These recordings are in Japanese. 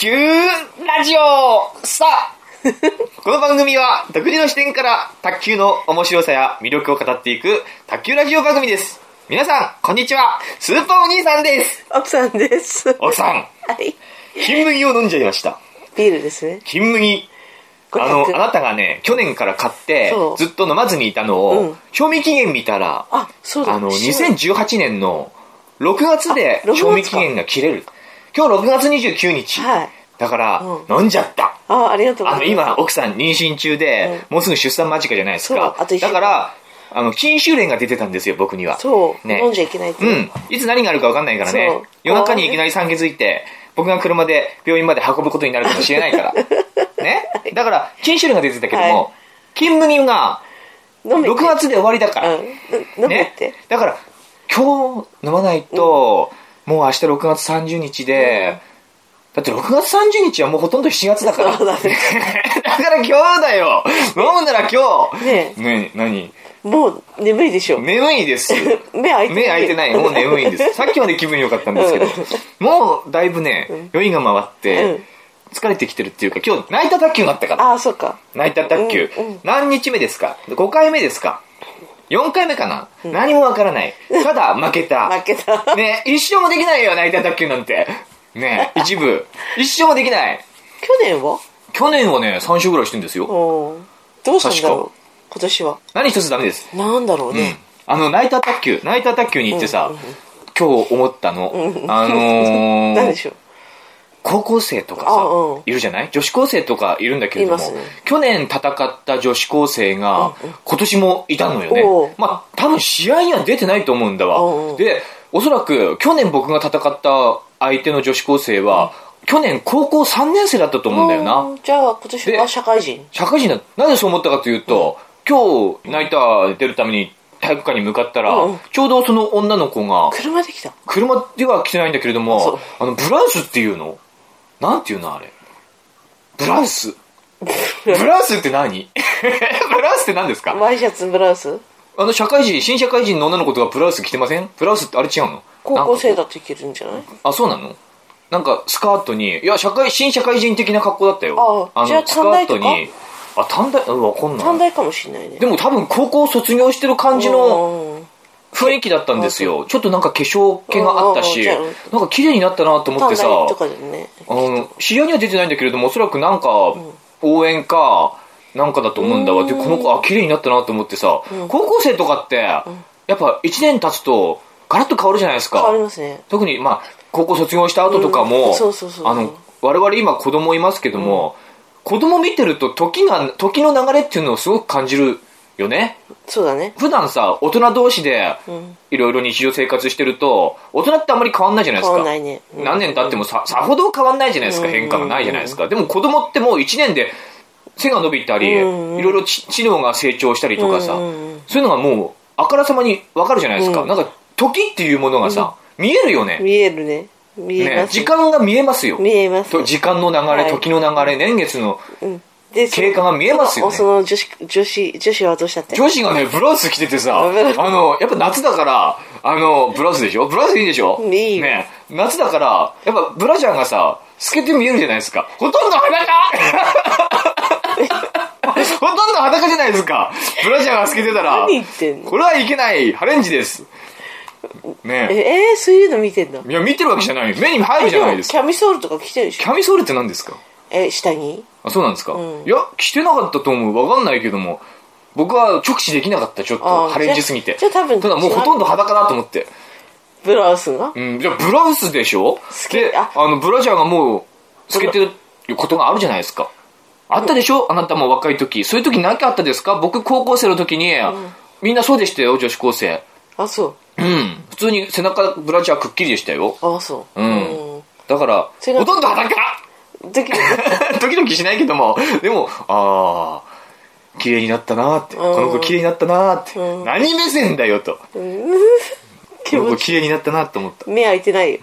球ラジオさあこの番組は独自の視点から卓球の面白さや魅力を語っていく卓球ラジオ番組です。皆さんこんにちは、スーパーお兄さんです。 奥さんです。 奥さん、 はい。 金麦を飲んじゃいました。 ビールですね。 金麦、あなたがね去年から買ってずっと飲まずにいたのを、賞味期限見たら、 そうだ、 2018年の6月で賞味期限が切れる。今日6月29日、 はい、 だから、飲んじゃった。 ありがとうございます。 今奥さん妊娠中で、もうすぐ出産間近じゃないですか。だから禁酒令が出てたんですよ、僕には。 そう、ね、飲んじゃいけないって。 いつ何があるか分かんないからね。夜中にいきなり産気づいて僕が車で病院まで運ぶことになるかもしれないからね。だから禁酒令が出てたけども、金麦が6月で終わりだから、 飲めって、 だから今日飲まないと、もう明日6月30日で、だって6月30日はもうほとんど7月だから。 そうだね。 だから今日だよ。飲むなら今日。ねえ、何？ もう眠いでしょ。 眠いです。 目開いてない。 もう眠いんです。さっきまで気分良かったんですけど、もうだいぶね、酔いが回って、疲れてきてるっていうか、今日ナイター卓球があったから。 そうか。 ナイター卓球。何日目ですか？ 5 回目ですか？4回目かな、何もわからない。ただ負けた。ね、一生もできないよ、ナイター卓球なんて。ね、一生もできない。去年はね、3勝ぐらいしてんですよ。 どうしたんだろう、今年は。 何一つダメです。 なんだろうね。 ナイター卓球に行ってさ、今日思ったの。 何でしょう。 高校生とかさ、いるじゃない？女子高生とかいるんだけれども、去年戦った女子高生が今年もいたのよね。まあ多分試合には出てないと思うんだわ。で、おそらく去年僕が戦った相手の女子高生は、去年高校3年生だったと思うんだよな。 じゃあ今年は社会人だ。なぜそう思ったかというと、今日ナイター出るために体育館に向かったら、ちょうどその女の子が車で来た。 車では来てないんだけれども、ブラウスっていうの、なんていうのあれ、ブラウスって何？ブラウスって何ですか？ ワイシャツブラウス？ 新社会人の女の子とかブラウス着てません？ブラウスってあれ違うの？ 高校生だっていけるんじゃない？ そうなの？なんかスカートに、いや新社会人的な格好だったよ。 じゃあ短大とか？ 短大、わかんない。 短大かもしれないね。 でも多分高校卒業してる感じの雰囲気だったんですよ。ちょっとなんか化粧気があったし、なんか綺麗になったなと思ってさ、試合には出てないんだけれども、おそらくなんか応援かなんかだと思うんだわ。で、この子綺麗になったなと思ってさ、高校生とかってやっぱ1年経つとガラッと変わるじゃないですか。 変わりますね。 特に高校卒業した後とかも、我々今子供いますけども、子供見てると時の流れっていうのをすごく感じるよね。 そうだね。 普段さ、大人同士でいろいろ日常生活してると、大人ってあんまり変わんないじゃないですか。 変わんないね。 何年経ってもさほど変わんないじゃないですか。変化がないじゃないですか。でも子供ってもう1年で背が伸びたり、いろいろ知能が成長したりとかさ、そういうのがもうあからさまに分かるじゃないですか。なんか時っていうものがさ、見えるよね。 見えるね。見えます。 時間が見えますよ。 見えます。時間の流れ、時の流れ、年月の経過が見えますよね。 その女子はどうしたって？ 女子がね、ブラウス着ててさ、やっぱ夏だから、ブラウスでしょ？ブラウスいいでしょ？ いいね。夏だから、やっぱブラジャーがさ、透けて見えるじゃないですか。ほとんど裸ほとんど裸じゃないですか。ブラジャーが透けてたら。 何言ってんの？ これはいけない。ハレンジです。ねえ。そういうの見てんの？ いや、見てるわけじゃない。目に入るじゃないですか。 キャミソールとか着てるでしょ？ キャミソールって何ですか？ 下に？ そうなんですか？いや、着てなかったと思う。わかんないけども、僕は直視できなかった。ちょっとハレンジすぎて。 じゃあ多分、 ただもうほとんど裸だと思って。 ブラウスが？ じゃあブラウスでしょ？で、ブラジャーがもう透けてることがあるじゃないですか。あったでしょ？あなたも若い時。そういう時何かあったですか？僕高校生の時に、みんなそうでしたよ、女子高生。 そう。 普通に背中ブラジャーくっきりでしたよ。 そう。 だからほとんど裸。ドキドキしないけども、でも綺麗になったなって、この子綺麗になったなって、何目線だよと、この子綺麗になったなって思った。 目開いてないよ。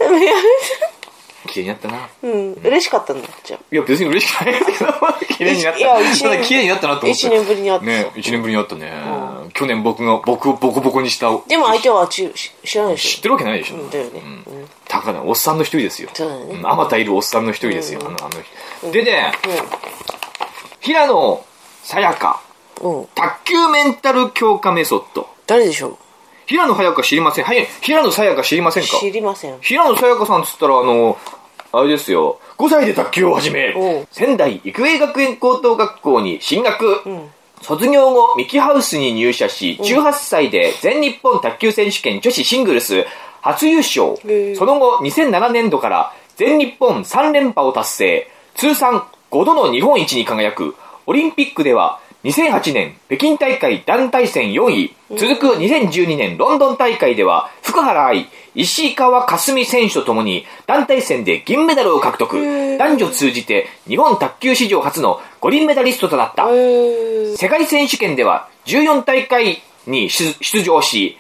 綺麗になったな。 嬉しかったんだ。じゃあ。 いや別に嬉しくないですけど、綺麗になった。ただ綺麗になったなと思って。 1年ぶりに会った。 ね、1年ぶりに会ったね。今去年僕をボコボコにした。 でも相手は知らないでしょ。 知ってるわけないでしょ。 だよね。 たかだ、おっさんの一人ですよ。 そうだね。 あまたいるおっさんの一人ですよ。あの人。でね、平野さやか、卓球メンタル強化メソッド。 誰でしょう？ 平野早香知りません？はい、平野さやか知りませんか？ 知りません。 平野さやかさんっつったらあれですよ、5歳で卓球を始め、仙台育英学園高等学校に進学、卒業後ミキハウスに入社し、18歳で全日本卓球選手権女子シングルス初優勝。その後2007年度から全日本3連覇を達成、通算5度の日本一に輝く。オリンピックでは2008年北京大会団体戦4位、続く2012年ロンドン大会では福原愛、石川佳純選手とともに団体戦で銀メダルを獲得。男女通じて日本卓球史上初の五輪メダリストとなった。世界選手権では14大会に出場し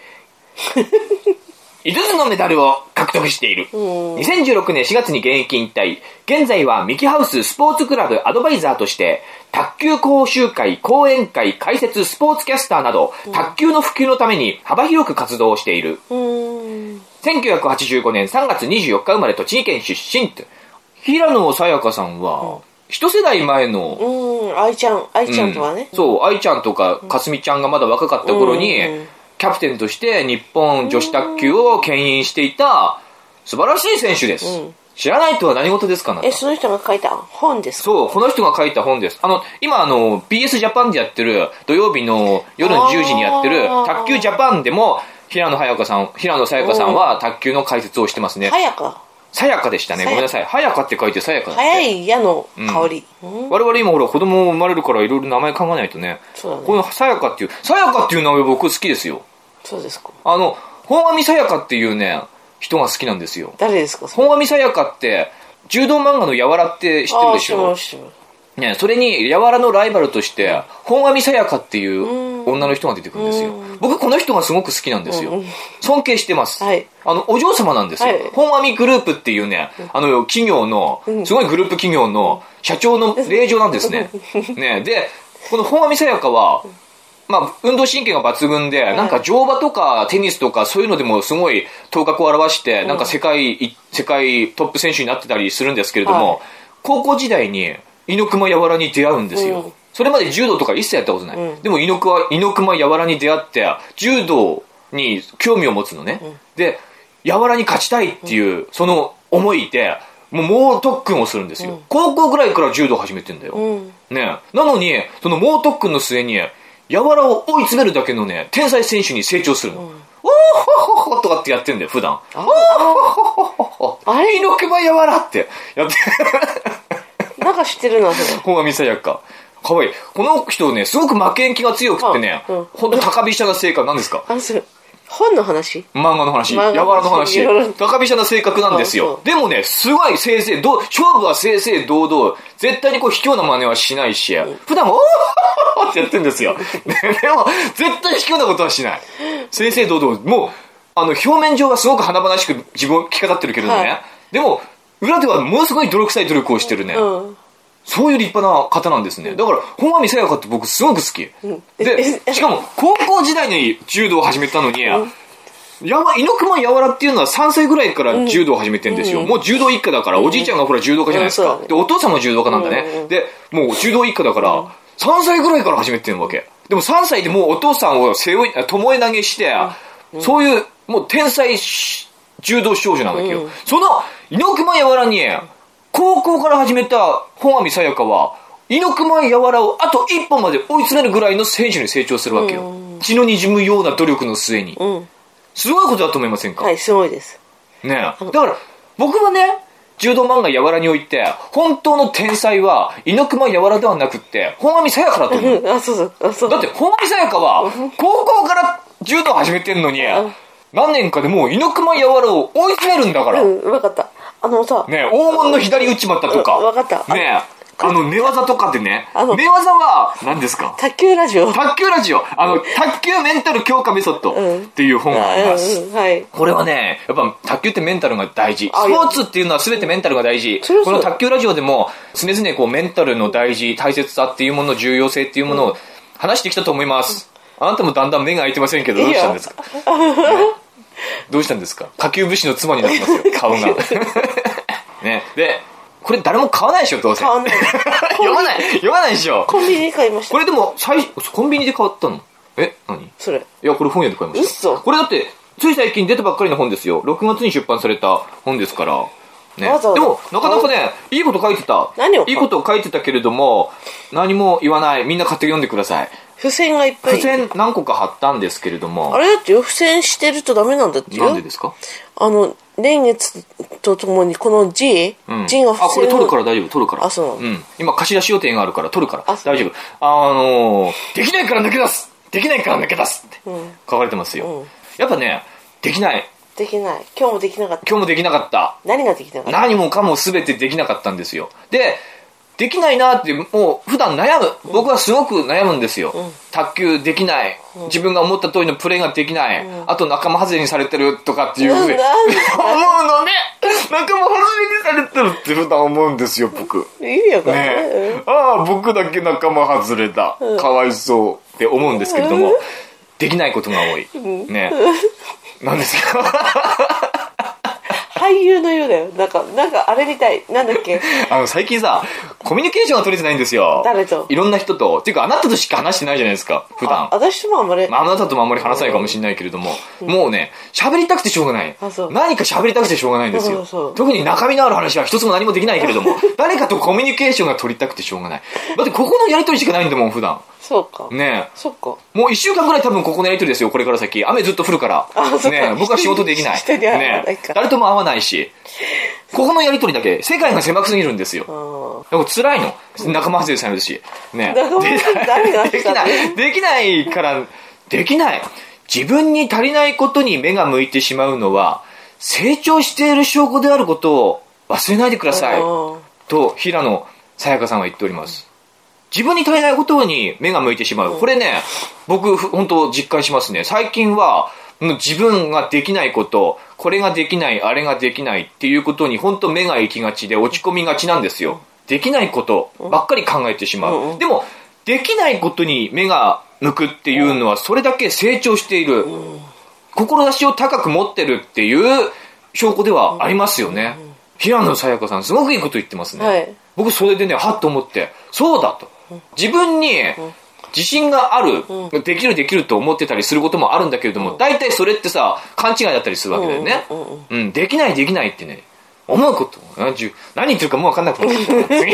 5つのメダルを獲得している。2016年4月に現役引退。現在はミキハウススポーツクラブアドバイザーとして卓球講習会、講演会、解説、スポーツキャスターなど卓球の普及のために幅広く活動をしている。1985年3月24日生まれ、栃木県出身。平野さやかさんは一世代前の愛ちゃんとはね、 そう、愛ちゃんとかかすみちゃんがまだ若かった頃にキャプテンとして日本女子卓球を牽引していた素晴らしい選手です。知らないとは何事ですか？ その人が書いた本ですか？ そう、この人が書いた本です。今BS ジャパンでやってる土曜日の夜の10時にやってる卓球ジャパンでも平野さやかさんは卓球の解説をしてますね。さやかでしたね。ごめんなさい。はやかって書いてさやかだって。 早い矢の香り。 我々今ほら子供生まれるからいろいろ名前考えないとね。 そうだね。 このさやかっていう名前僕好きですよ。 そうですか。 本阿弥さやかっていうね、人が好きなんですよ。 誰ですか？ 本阿弥さやかって、柔道漫画のやわらって知ってるでしょ？ね、それにやわらのライバルとして、本阿弥さやかっていう女の人が出てくるんですよ。僕この人がすごく好きなんですよ。尊敬してます。お嬢様なんですよ。本阿弥グループっていうね、企業の、すごいグループ企業の社長の令嬢なんですね。ね、で、この本阿弥さやかは、運動神経が抜群で、なんか乗馬とかテニスとかそういうのでもすごい頭角を現して、なんか世界トップ選手になってたりするんですけれども、高校時代に猪熊やわらに出会うんですよ。それまで柔道とか一切やったことない。でも猪熊やわらに出会って、柔道に興味を持つのね。で、やわらに勝ちたいっていう、その思いで、猛特訓をするんですよ。高校ぐらいから柔道を始めてんだよ。ね。なのに、その猛特訓の末に、やわらを追い詰めるだけのね、天才選手に成長するの。おーほほほとかってやってんだよ、普段。おーほほほほ。猪熊やわらってやって。 なんか知ってるな、それ。 本阿弥さやか。かわいい。この人ね、すごく負けん気が強くってね、ほんと高飛車な性格なんですか？ 本の話？ 漫画の話。やわらの話。高飛車な性格なんですよ。でもね、すごい勝負は正々堂々、絶対に卑怯な真似はしないし、普段は、おーってやってるんですよ。でも、絶対卑怯なことはしない。正々堂々。もう、表面上はすごく華々しく自分を着飾ってるけれどね。でも、裏ではものすごい泥臭い努力をしてるね。そういう立派な方なんですね。だから、本阿弥さやかって僕すごく好き。で、しかも、高校時代に柔道を始めたのに、猪熊やわらっていうのは3歳ぐらいから柔道を始めてるんですよ。もう柔道一家だから、おじいちゃんがほら柔道家じゃないですか。で、お父さんも柔道家なんだね。で、もう柔道一家だから、3歳ぐらいから始めてるわけ。でも3歳でもうお父さんを巴投げして、そういう、もう天才柔道少女なわけよ。その、猪熊やわらに、高校から始めた本阿弥さやかは、猪熊やわらをあと一歩まで追い詰めるぐらいの選手に成長するわけよ。血の滲むような努力の末に。すごいことだと思いませんか？ はい、すごいです。 ねえ。だから、僕はね、柔道漫画やわらにおいて、本当の天才は、猪熊やわらではなくって、本阿弥さやかだと思う。だって、本阿弥さやかは、高校から柔道始めてんのに、何年かでもう猪熊やわらを追い詰めるんだから。 わかった。 ねえ、黄金の左内股とか。 わかった。 ねえ。寝技とかでね、寝技は何ですか？ 卓球ラジオ。 卓球メンタル強化メソッドっていう本があります。これはね、やっぱ卓球ってメンタルが大事。スポーツっていうのは全てメンタルが大事。この卓球ラジオでも常々メンタルの大切さっていうものの重要性っていうものを話してきたと思います。 あなたもだんだん目が開いてませんけど、どうしたんですか？どうしたんですか？下級武士の妻になってますよ、顔が。ね。で、これ誰も買わないでしょ、どうせ。 買わない。 読まないでしょ。 コンビニで買いました。 これでも、コンビニで買ったの？何？ それ。 いや、これ本屋で買いました。 嘘。 これだって、つい最近出たばっかりの本ですよ。6月に出版された本ですから。ね、 わざわざでも、なかなかね、いいこと書いてた。いいこと書いてたけれども、何も言わない。みんな買って読んでください。 付箋がいっぱい。 付箋何個か貼ったんですけれども。 あれだってよ、付箋してるとダメなんだってよ。 なんでですか？ 年月とともにこの字、字が付箋。 あ、これ取るから大丈夫、取るから。 あ、そう。 今、貸し出し予定があるから取るから。大丈夫。できないから抜け出すできないから抜け出すって書かれてますよ。やっぱね、できない。 できない。今日もできなかった。 今日もできなかった。 何ができなかった？ 何もかも全てできなかったんですよ。で、できないなって、もう普段悩む。僕はすごく悩むんですよ。卓球できない。自分が思った通りのプレーができない。あと仲間外れにされてるとかっていうふうに思うのね。仲間外れにされてるって普段思うんですよ、僕。 意味わかんない。 ね、ああ、僕だけ仲間外れだ。かわいそうって思うんですけれども、できないことが多い。ね。何ですか？ 俳優のようだよ。なんかあれみたい。なんだっけ？ 最近さ、コミュニケーションが取れてないんですよ。 誰と？ いろんな人と。っていうか、あなたとしか話してないじゃないですか、普段。 私ともあんまり。 あなたともあんまり話さないかもしれないけれども、もうね、喋りたくてしょうがない。何か喋りたくてしょうがないんですよ。特に中身のある話は一つも何もできないけれども、誰かとコミュニケーションが取りたくてしょうがない。だってここのやりとりしかないんだもん、普段。 そうか。 ねえ。 そっか。 もう1週間ぐらい多分ここのやりとりですよ、これから先。雨ずっと降るから。ねえ、僕は仕事できない。ねえ、誰とも会わないし。ここのやりとりだけ、世界が狭くすぎるんですよ。でも辛いの。仲間外れされるし。ねえ。できないから、できない。自分に足りないことに目が向いてしまうのは、成長している証拠であることを忘れないでください。と、平野さやかさんは言っております。自分に足りないことに目が向いてしまう。これね、僕、本当実感しますね。最近は、自分ができないこと、これができない、あれができないっていうことに本当目が行きがちで落ち込みがちなんですよ。できないことばっかり考えてしまう。でも、できないことに目が向くっていうのはそれだけ成長している。志を高く持ってるっていう証拠ではありますよね。平野さやかさん、すごくいいこと言ってますね。はい、僕、それでね、はっと思って、そうだと。自分に自信がある、できると思ってたりすることもあるんだけれども、大体それってさ、勘違いだったりするわけだよね。できないってね、思うこと。何言ってるかもう分かんなくなって次。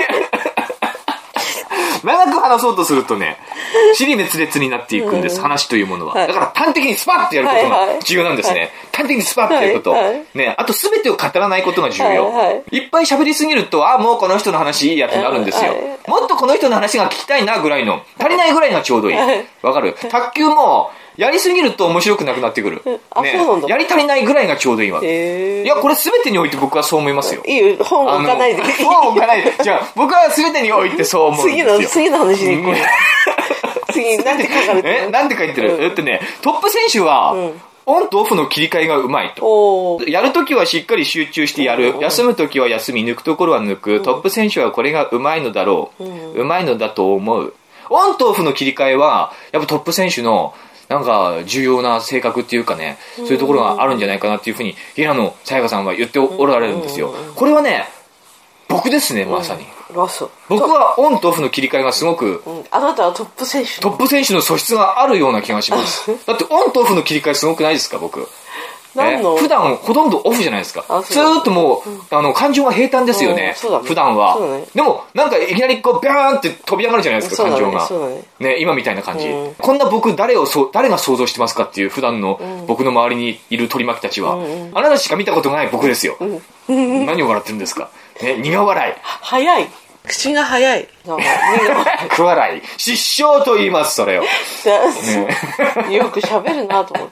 長く話そうとするとね、尻滅裂になっていくんです、話というものは。だから端的にスパッとやることが重要なんですね。端的にスパッとやること。ね、あと全てを語らないことが重要。いっぱい喋りすぎると、もうこの人の話いいやってなるんですよ。もっとこの人の話が聞きたいなぐらいの、足りないぐらいがちょうどいい。わかる？卓球も、やりすぎると面白くなくなってくる。ね、やり足りないぐらいがちょうどいいわ。いや、これ全てにおいて僕はそう思いますよ。 いいよ、本置かないで。 本置かないで。じゃあ、僕は全てにおいてそう思うんですよ。 次の話に行こうよ。次、なんて書かれてる？ なんて書いてる？トップ選手は、オンとオフの切り替えがうまいと。やるときはしっかり集中してやる。休むときは休み、抜くところは抜く。トップ選手はこれがうまいのだろう。うまいのだと思う。オンとオフの切り替えは、やっぱトップ選手の、なんか重要な性格っていうかね、そういうところがあるんじゃないかなっていうふうに平野さやかさんは言っておられるんですよ。これはね、僕ですね、まさに。僕はオンとオフの切り替えがすごく、 あなたはトップ選手の素質があるような気がします。だってオンとオフの切り替えすごくないですか、僕。普段ほとんどオフじゃないですか。ずーっともう、感情が平坦ですよね。普段は。でも、なんかいきなりこう、ビャーンって飛び上がるじゃないですか、感情が。ね、今みたいな感じ。こんな僕、誰が想像してますかっていう普段の僕の周りにいる取り巻きたちは、あなたしか見たことがない僕ですよ。何を笑ってるんですか。ね、苦笑い。 早い。口が早い。 苦笑い。失笑と言います、それを。よく喋るなと思って。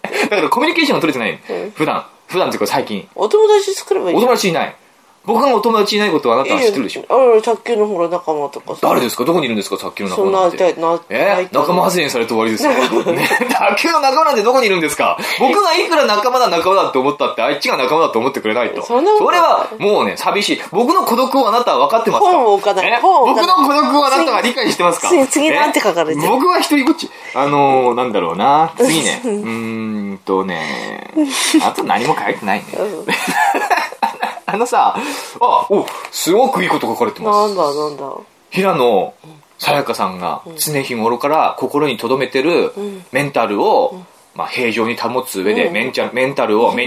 だからコミュニケーションが取れてない。普段っていうか最近。 お友達作ればいい。 お友達いない。 僕がお友達いないことはあなたは知ってるでしょ。 卓球のほら仲間とかさ。 誰ですか？どこにいるんですか？卓球の仲間なんて。仲間外れにされて終わりですよ。ね、卓球の仲間なんてどこにいるんですか？僕がいくら仲間だって思ったって、あっちが仲間だと思ってくれないと。それはもうね、寂しい。僕の孤独をあなたは分かってますか？ 本を置かない。 僕の孤独をあなたは理解してますか？ 次なんて書かれてる？ 僕は一人ぼっち。なんだろうな。次ね。あと何も書いてないね。すごくいいこと書かれてます。 なんだ。 平野さやかさんが常日頃から心に留めてるメンタルを、平常に保つ上でメンタルを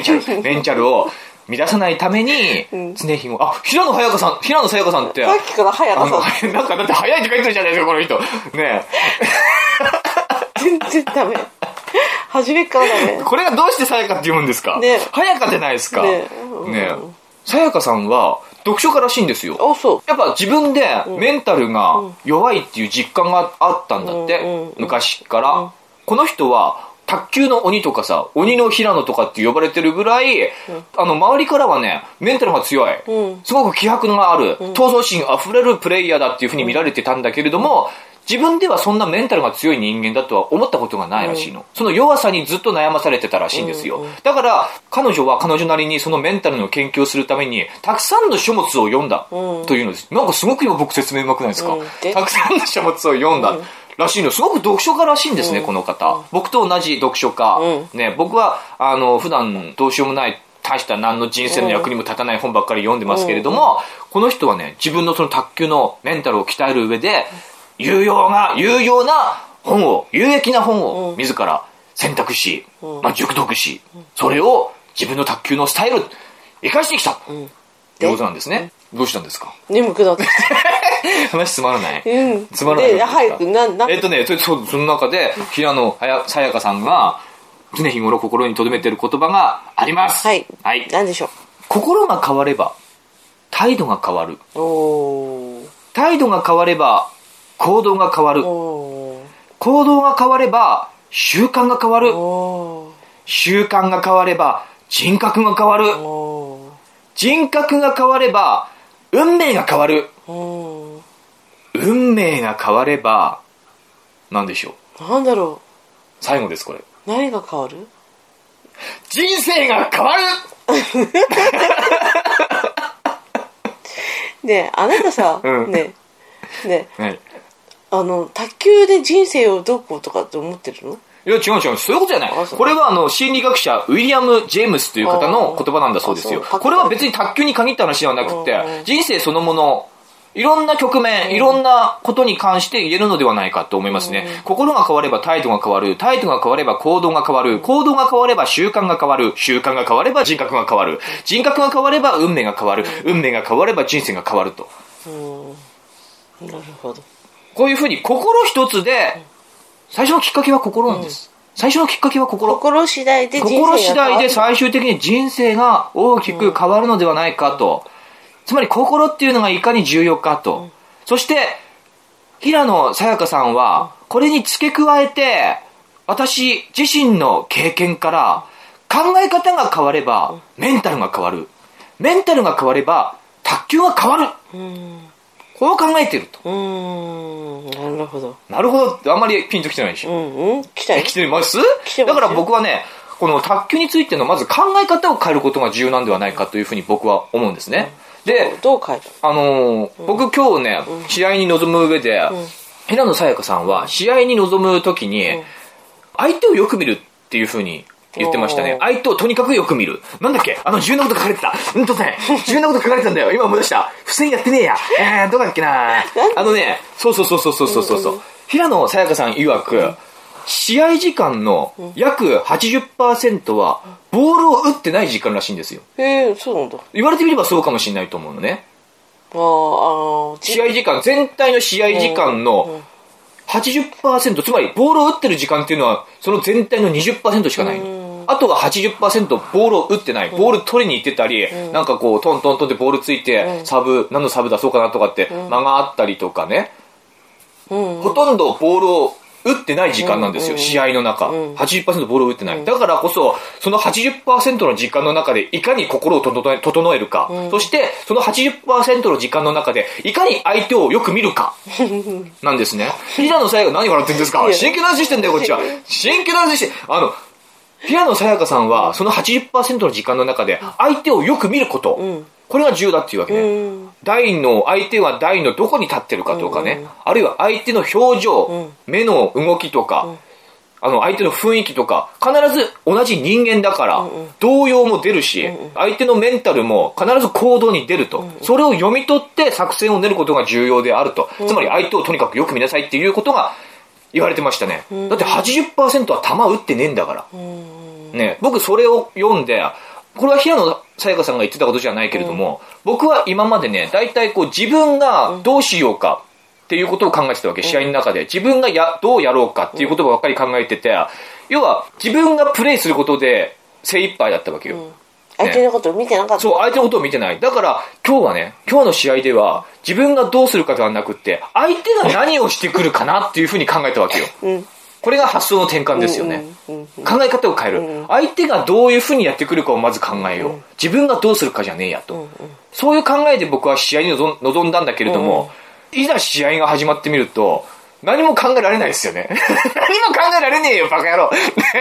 乱さないために、常日頃、平野さやかさんって。 さっきから早かさん。なんかだって早いって書いてるじゃないですか、この人。ね全然ダメ。初めからダメ。 これがどうしてさやかって読むんですか？ ね。 早かじゃないですか。ね。さやかさんは読書家らしいんですよ。やっぱ自分でメンタルが弱いっていう実感があったんだって、昔から。この人は卓球の鬼とかさ、鬼の平野とかって呼ばれてるぐらい、周りからはね、メンタルが強い、すごく気迫がある、闘争心あふれるプレイヤーだっていう風に見られてたんだけれども、自分ではそんなメンタルが強い人間だとは思ったことがないらしいの。その弱さにずっと悩まされてたらしいんですよ。だから彼女は彼女なりにそのメンタルの研究をするためにたくさんの書物を読んだというのです。なんかすごく今僕説明うまくないですか？たくさんの書物を読んだ。らしいの。すごく読書家らしいんですね、この方。僕と同じ読書家。ね、僕は普段どうしようもない大した何の人生の役にも立たない本ばっかり読んでますけれども、この人はね、自分のその卓球のメンタルを鍛える上で有用な本を、有益な本を自ら選択し、熟読し、それを自分の卓球のスタイル生かしてきたということなんですね。どうしたんですか？ 眠くなってきた。 話つまらない？つまらない。 早くその中で平野さやかさんが常日頃心に留めている言葉があります。 はい。何でしょう？ 心が変われば態度が変わる。態度が変われば行動が変わる。行動が変われば習慣が変わる。習慣が変われば人格が変わる。人格が変われば運命が変わる。運命が変われば何でしょう？ なんだろう？ 最後です、これ。 何が変わる？ 人生が変わる。 ねえ、あなたさ、ねえ、卓球で人生をどうこうとかって思ってるの？ いや、違う、そういうことじゃない。これは心理学者ウィリアム・ジェームスという方の言葉なんだそうですよ。これは別に卓球に限った話ではなくて、人生そのもの、いろんな局面、いろんなことに関して言えるのではないかと思いますね。心が変われば態度が変わる。態度が変われば行動が変わる。行動が変われば習慣が変わる。習慣が変われば人格が変わる。人格が変われば運命が変わる。運命が変われば人生が変わると。 なるほど。 こういうふうに心一つで、最初のきっかけは心なんです。最初のきっかけは心。 心次第で人生が変わる。 心次第で最終的に人生が大きく変わるのではないかと。つまり心っていうのがいかに重要かと。そして、平野さやかさんは、これに付け加えて、私自身の経験から、考え方が変われば、メンタルが変わる。メンタルが変われば、卓球が変わる。こう考えてると。 なるほど。 なるほどってあんまりピンときてないでしょ。来てます？だから僕はね、この卓球についてのまず考え方を変えることが重要なんではないかというふうに僕は思うんですね。で、 どう変える？ 僕今日ね、試合に臨む上で、平野さやかさんは試合に臨むときに、相手をよく見るっていうふうに言ってましたね。相手をとにかくよく見る。なんだっけ？重要なこと書かれてた。重要なこと書かれてたんだよ。今思い出した。付箋やってねえや。どうだっけな。そう。平野さやかさん曰く、試合時間の約 80% はボールを打ってない時間らしいんですよ。 そうなんだ。 言われてみればそうかもしれないと思うのね。試合時間、全体の試合時間の 80%、つまりボールを打ってる時間っていうのはその全体の 20% しかないの。あとは 80% ボールを打ってない。ボール取りに行ってたり、なんかこうトントントンってボールついて、何のサブ出そうかなとかって間があったりとかね。ほとんどボールを打ってない時間なんですよ、試合の中。80% ボールを打ってない。だからこそ、その 80% の時間の中でいかに心を整えるか。そして、その 80% の時間の中でいかに相手をよく見るか。なんですね。平野さやか何笑ってんですか？真剣な話してんだよ、こっちは。真剣な話して、平野さやかさんは、その 80% の時間の中で相手をよく見ること。これが重要だっていうわけね。相手は台のどこに立ってるかとかね。あるいは相手の表情、目の動きとか、相手の雰囲気とか、必ず同じ人間だから、動揺も出るし、相手のメンタルも必ず行動に出ると。それを読み取って作戦を練ることが重要であると。つまり相手をとにかくよく見なさいっていうことが言われてましたね。だって 80% は球打ってねえんだから。ね、僕それを読んで、これは平野さやかさんが言ってたことじゃないけれども、僕は今までね、大体こう自分がどうしようかっていうことを考えてたわけ、試合の中で。自分がどうやろうかっていうことばっかり考えてて、要は自分がプレイすることで精一杯だったわけよ。 相手のことを見てなかった。 そう、相手のことを見てない。だから今日の試合では自分がどうするかではなくって、相手が何をしてくるかなっていうふうに考えたわけよ。これが発想の転換ですよね。考え方を変える。相手がどういうふうにやってくるかをまず考えよう。自分がどうするかじゃねえやと。そういう考えで僕は試合に臨んだんだけれども、いざ試合が始まってみると、何も考えられないですよね。何も考えられねえよ、バカ野郎。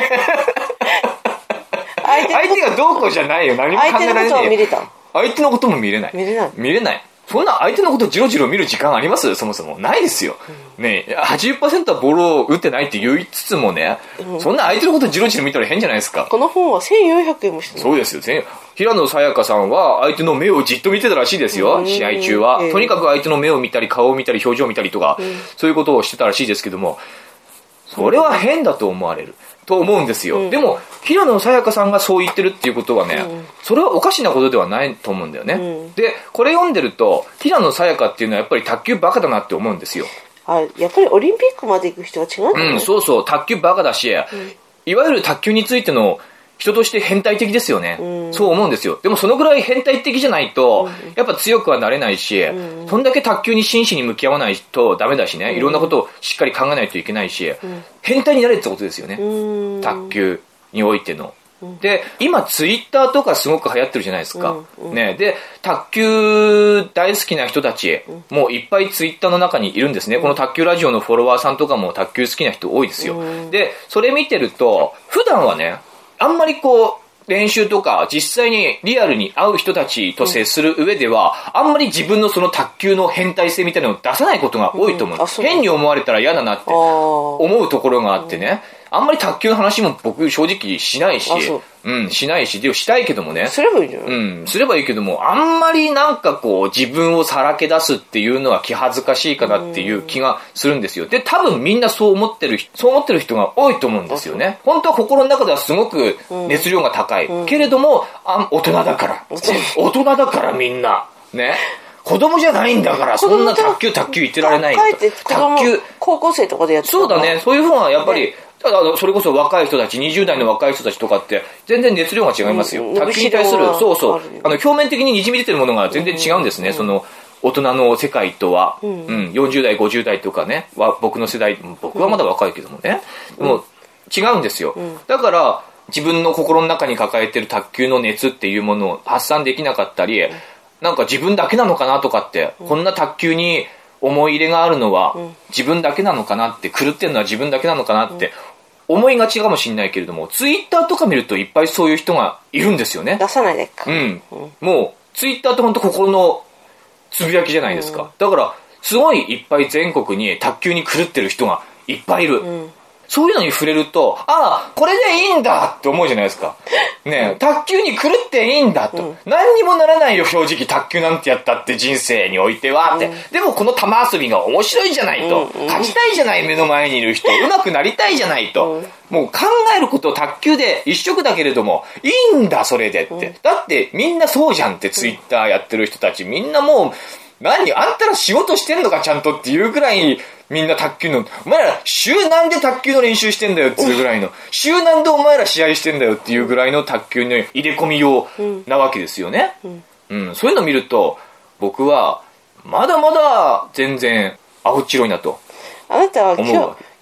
相手がどうこうじゃないよ。何も考えられねえよ。相手のことも見れない。見れない。そんな相手のことをジロジロ見る時間あります？そもそも。ないですよ。ねえ、80% はボールを打ってないって言いつつもね、そんな相手のことをジロジロ見たら変じゃないですか。 この本は1400円もしてる。 そうですよ。平野さやかさんは相手の目をじっと見てたらしいですよ、試合中は。とにかく相手の目を見たり、顔を見たり、表情を見たりとか、そういうことをしてたらしいですけども、それは変だと思われる。と思うんですよ。でも、平野さやかさんがそう言ってるっていうことはね、それはおかしなことではないと思うんだよね。で、これ読んでると、平野さやかっていうのはやっぱり卓球バカだなって思うんですよ。 やっぱりオリンピックまで行く人は違うんだね。 そうそう、卓球バカだし、いわゆる卓球についての人として変態的ですよね、そう思うんですよ。でもそのぐらい変態的じゃないと、やっぱ強くはなれないし、そんだけ卓球に真摯に向き合わないとダメだしね、いろんなことをしっかり考えないといけないし、変態になれってことですよね、卓球においての。で、今ツイッターとかすごく流行ってるじゃないですか、ね。で、卓球大好きな人たちもういっぱいツイッターの中にいるんですね。この卓球ラジオのフォロワーさんとかも卓球好きな人多いですよ。で、それ見てると普段はね、あんまりこう練習とか実際にリアルに会う人たちと接する上では、あんまり自分のその卓球の変態性みたいなのを出さないことが多いと思う。変に思われたら嫌だなって思うところがあってね、あんまり卓球の話も僕正直しないし、しないし、でもしたいけどもね。 すればいいんじゃない？ すればいいけども、あんまりなんかこう自分をさらけ出すっていうのは気恥ずかしいかなっていう気がするんですよ。で、多分みんなそう思ってる人が多いと思うんですよね。本当は心の中ではすごく熱量が高い。けれども、大人だから。大人だからみんな。ね。子供じゃないんだから、そんな卓球言ってられないよ。 卓球。高校生とかでやってた。 そうだね。そういうふうはやっぱり、それこそ若い人たち、20代の若い人たちとかって全然熱量が違いますよ。卓球に対する、表面的に滲み出てるものが全然違うんですね。その大人の世界とは、40代、50代とかね、僕の世代、僕はまだ若いけどもね、でも違うんですよ。だから自分の心の中に抱えてる卓球の熱っていうものを発散できなかったり、なんか自分だけなのかなとかって、こんな卓球に思い入れがあるのは自分だけなのかなって、狂ってるのは自分だけなのかなって思いがちかもしれないけれども、ツイッターとか見るといっぱいそういう人がいるんですよね。 出さないでっか。 もうツイッターって本当心のつぶやきじゃないですか。だからすごいいっぱい全国に卓球に狂ってる人がいっぱいいる。そういうのに触れると、これでいいんだって思うじゃないですか。ねえ、卓球に狂っていいんだと。何にもならないよ、正直卓球なんてやったって人生においてはって。でもこの玉遊びが面白いじゃないと。勝ちたいじゃない、目の前にいる人。上手くなりたいじゃないと。もう考えること卓球で一色だけれども、いいんだ、それでって。だってみんなそうじゃんってツイッターやってる人たち、みんなもう、あんたら仕事してんのかちゃんとっていうぐらい、みんな卓球の、お前ら週何で卓球の練習してんだよっていうぐらいの、週何でお前ら試合してんだよっていうぐらいの卓球の入れ込みようなわけですよね。そういうのを見ると、僕はまだまだ全然青っ白いなと。 あなたは今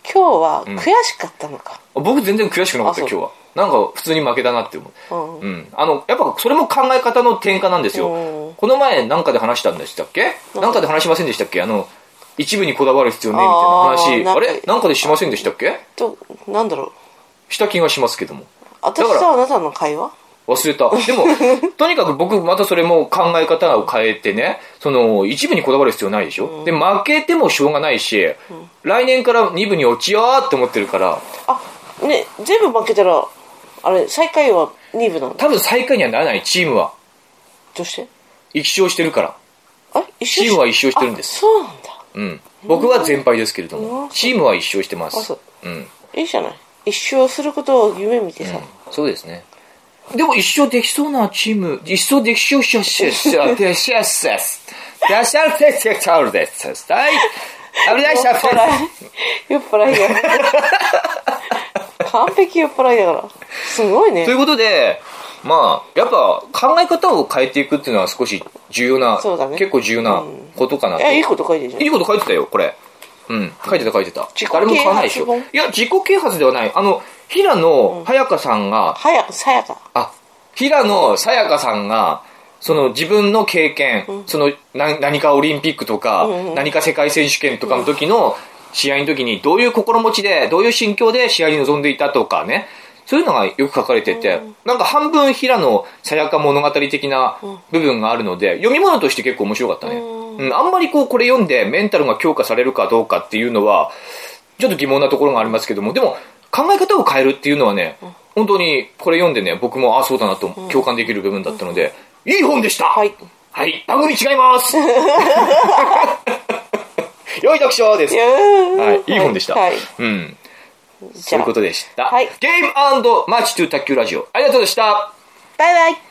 今日は悔しかったのか。 僕全然悔しくなかった、今日は。なんか普通に負けたなって思う。やっぱそれも考え方の転換なんですよ。この前なんかで話したんでしたっけ？なんかで話しませんでしたっけ？一部にこだわる必要ねみたいな話、あれなんかでしませんでしたっけ？ なんだろう。した気がしますけども。 私とあなたの会話？ 忘れた。でも、とにかく僕またそれも考え方を変えてね、一部にこだわる必要ないでしょ。で、負けてもしょうがないし、来年から2部に落ちようって思ってるから。 ね、全部負けたら、あれ、最下位は2部なの？ 多分最下位にはならない、チームは。 どうして？ 1勝してるから。チームは1勝してるんです。 そうなんだ。 僕は全敗ですけれども、チームは1勝してます。 いいじゃない。1勝することを夢見てさ。 そうですね。でも一勝できそうなチーム、一勝できそうしです。はい。危ないしゃ酔っ払いだ。完璧酔っ払いだから。すごいね。 ということで、まあ、やっぱ考え方を変えていくっていうのは少し重要な、結構重要なことかなと。 いいこと書いてるじゃん。 いいこと書いてたよ、これ。書いてた。誰も買わないでしょ。いや、自己啓発ではない。平野早香さんが、平野さやかさんが、自分の経験、何かオリンピックとか、何か世界選手権とかの時の試合の時にどういう心持ちで、どういう心境で試合に臨んでいたとかね、そういうのがよく書かれてて、なんか半分平野さやか物語的な部分があるので、読み物として結構面白かったね。あんまりこれ読んでメンタルが強化されるかどうかっていうのは、ちょっと疑問なところがありますけども、でも考え方を変えるっていうのはね、本当にこれ読んでね、僕もそうだなと共感できる部分だったので、いい本でした。はい、番組違います。良い読書です。いい本でした。そういうことでした。ゲーム&マッチトゥ卓球ラジオ、ありがとうございました。 バイバイ。